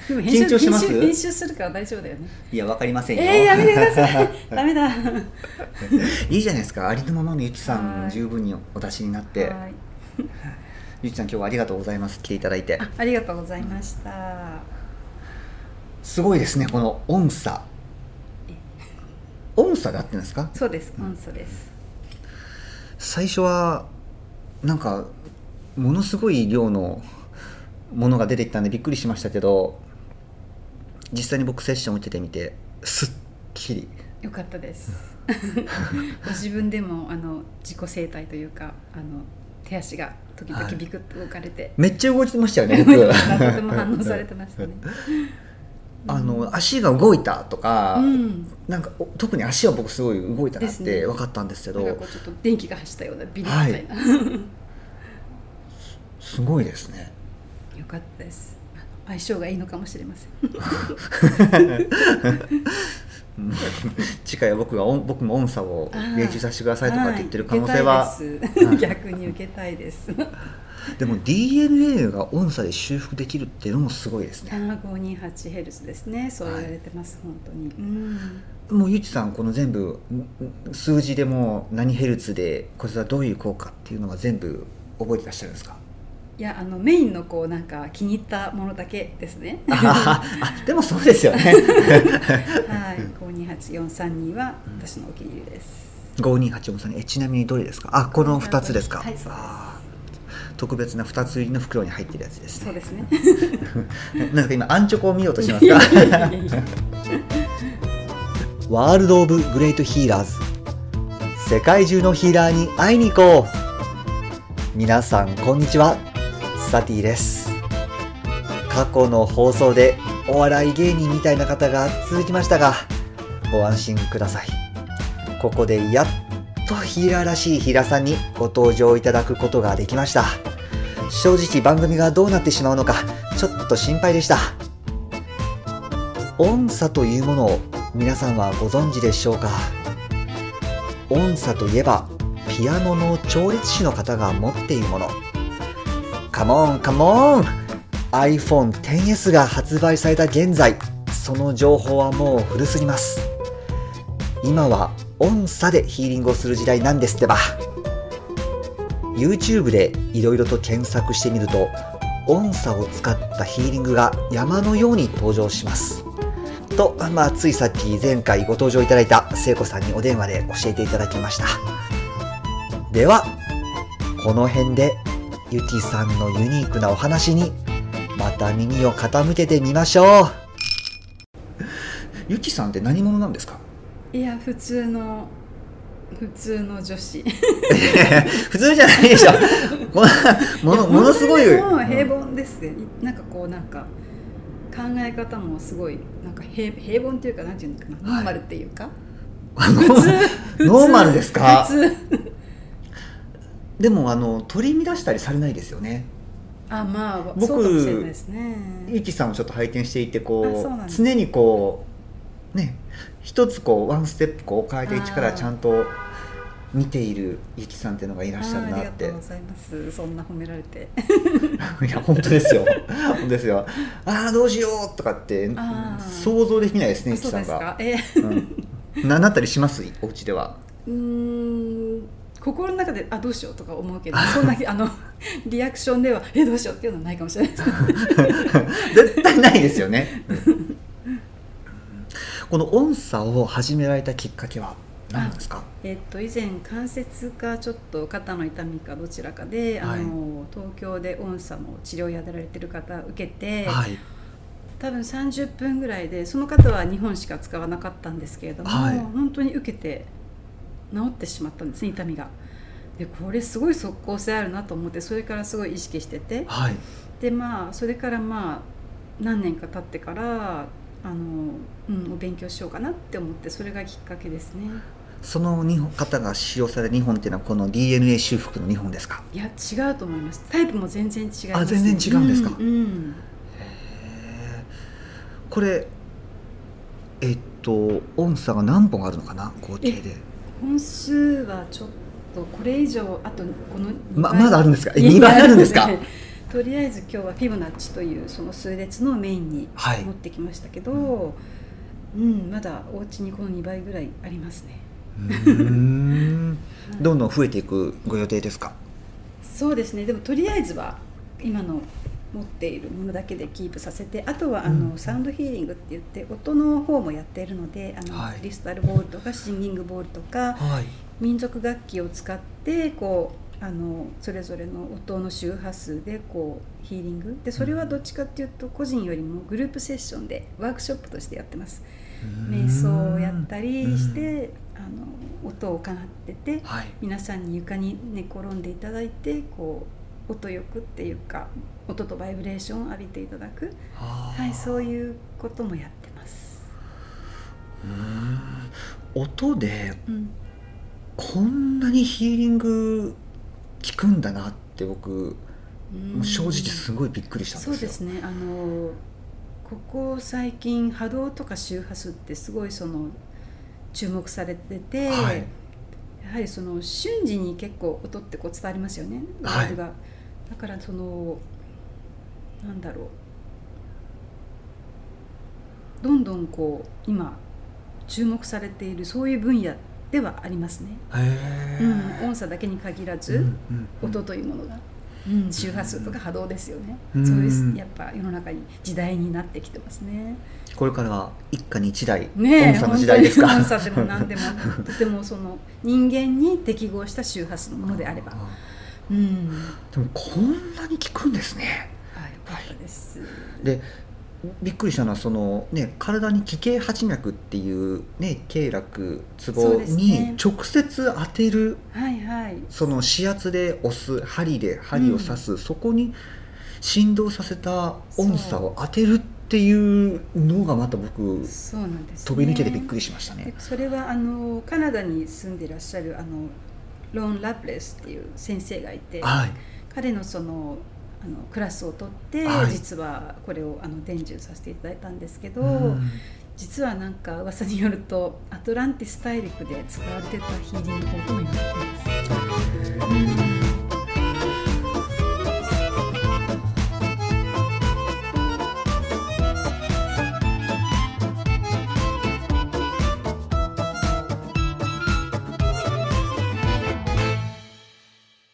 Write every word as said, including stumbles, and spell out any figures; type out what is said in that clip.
でも編集緊張します？ 編集、編集するから大丈夫だよね。 いや、わかりませんよ。 えー、やめてくださいダメだいいじゃないですか、ありのままのゆきさんはい十分にお出しになって。 はいゆきさん、今日はありがとうございます。来ていただいて。 あ, ありがとうございました。 すごいですね、この音差。音差で合ってるんですか？ そうです、音差です。 最初はなんかものすごい量のものが出てきたんでびっくりしましたけど、実際に僕セッションを受けてみてすっきりよかったですご自分でもあの自己生態というか、あの手足が時々ビクッと動かれて、はい、 めっちゃ動いてましたよね僕とても反応されてましたねあの足が動いたとか、 うん、 なんか特に足は僕すごい動いたなって分かったんですけど、 なんかこうちょっと電気が走ったようなビリみたいな、はい、 すごいですね。 よかったです。相性がいいのかもしれません次回は僕が僕も音差を練習させてくださいとかって言ってる可能性は、 は、 はい、逆に受けたいですでも ディーエヌエー が音差で修復できるっていうのもすごいですね。 ごひゃくにじゅうはちヘルツですね、そう言われてます、はい、本当に、 うん、もうゆちさんこの全部数字でも何ヘルツでこれはどういう効果っていうのは全部覚えてらっしゃるんですか？ いや、あのメインのこうなんか気に入ったものだけですねああ、でもそうですよねはい、 ごにはちよんさんには私のお気に入りです。 ごにはちよんさんに、えちなみにどれですか？あ、このふたつですか？ はい、そうです。 あ、特別なふたつ入りの袋に入ってるやつですね。 そうですねなんか今アンチョコを見ようとしますかワールド・オブ・グレート・ヒーラーズ、世界中のヒーラーに会いに行こう。皆さんこんにちは、サティです。過去の放送でお笑い芸人みたいな方が続きましたが、ご安心ください。ここでやっとヒーラーらしいヒーラーさんにご登場いただくことができました。正直番組がどうなってしまうのかちょっと心配でした。音差というものを皆さんはご存知でしょうか？音差といえばピアノの調律師の方が持っているもの。カモンカモン アイフォンテンエス が発売された現在、その情報はもう古すぎます。今は音差でヒーリングをする時代なんですってば。 YouTube でいろいろと検索してみると、音差を使ったヒーリングが山のように登場しますと、まあ、ついさっき前回ご登場いただいた聖子さんにお電話で教えていただきました。ではこの辺でゆきさんのユニークなお話にまた耳を傾けてみましょう。ゆきさんって何者なんですか？ いや、普通の普通の女子普通じゃないでしょもの、ものすごい平凡ですね、うん、なんかこうなんか考え方もすごいなんか 平, 平凡というか、なんていうのかな、ノーマルっていうか、 はい、普通ノーマルですか？ 普通でもあの取り乱したりされないですよね。 あ、まあ僕、 そうかもしれないですね。 ゆきさんをちょっと拝見していて、こう、 そうなんです、 常にこうね、一つこうワンステップこう変えていちからちゃんと見ているゆきさんっていうのがいらっしゃるなって。 ありがとうございます。そんな褒められていや本当ですよ本当ですよ。ああどうしようとかって想像できないですね、ゆきさんが。 そうですか、えーうん、な, なったりします？お家では。 うーん、心の中であどうしようとか思うけど、そんなあのリアクションではえどうしようっていうのはないかもしれない絶対ないですよねこの音差を始められたきっかけは何ですか？ えっと以前関節かちょっと肩の痛みかどちらかで、はい、あの東京で音差の治療をやられてる方受けて、はい、多分さんじゅっぷんぐらいで、その方はにほんしか使わなかったんですけれども、はい、本当に受けて治ってしまったんですね、痛みが。でこれすごい即効性あるなと思って、それからすごい意識してて、はい、でまあそれからまあ何年か経ってからあの、うん、お勉強しようかなって思って、それがきっかけですね。 そのにほん方が使用されたにほんっていうのはこの ディーエヌエー 修復のにほんですか？ いや違うと思います。タイプも全然違いますね。 あ、全然違うんですか？ うんうん、 へー。これえっと音差が何本あるのかな、合計で。 本数はちょっとこれ以上あとこのにばいま, まだあるんですか？にばいあるんですか？ とりあえず今日はフィボナッチというその数列のメインに持ってきましたけど、はい、うん、まだお家にこのにばいぐらいありますね。 うーんどんどん増えていくご予定ですか？ そうですね。でもとりあえずは今の持っているものだけでキープさせて、あとはあの、うん、サウンドヒーリングって言って音の方もやっているので、あの、はい、クリスタルボールとかシンギングボールとか、はい、民族楽器を使ってこうあのそれぞれの音の周波数でこうヒーリングで、それはどっちかっていうと個人よりもグループセッションでワークショップとしてやってます。瞑想をやったりして、あの音を奏ってて、はい、皆さんに床に寝転んでいただいてこう音よくっていうか音とバイブレーションを浴びていただく、はい、そういうこともやってます。 うーん音で、うん、こんなにヒーリング効くんだなって僕正直すごいびっくりしたんですよ。 そうですね。あのここ最近波動とか周波数ってすごいその注目されてて、はい、やはりその瞬時に結構音ってこう伝わりますよね、ワールが、はい、だからそのなんだろう、どんどんこう今注目されているそういう分野ではありますね。へー、うん、音差だけに限らず、うんうんうん、音というものが、うん、周波数とか波動ですよね、うん、そういうやっぱ世の中に時代になってきてますね。 これからは一家に一台、ね、音差の時代ですか？ 音差でも何でもとてもその人間に適合した周波数のものであれば、 うん、でもこんなに効くんですね。 あ、よかったです。 でびっくりしたのはその、ね、体に奇経八脈っていう、ね、経絡ツボに直接当てる、 はいはい、 その指圧で押す、針で針を刺す、うん、そこに振動させた音差を当てるっていうのがまた僕そうなんです、ね、 飛び抜けてびっくりしましたね。 それはあのカナダに住んでいらっしゃるあのローン・ラプレスっていう先生がいて、はい、彼のそのあのクラスを取って、はい、実はこれをあの伝授させていただいたんですけど、うん、実はなんか噂によるとアトランティス大陸で使われてたヒーリング法とも言われています。うん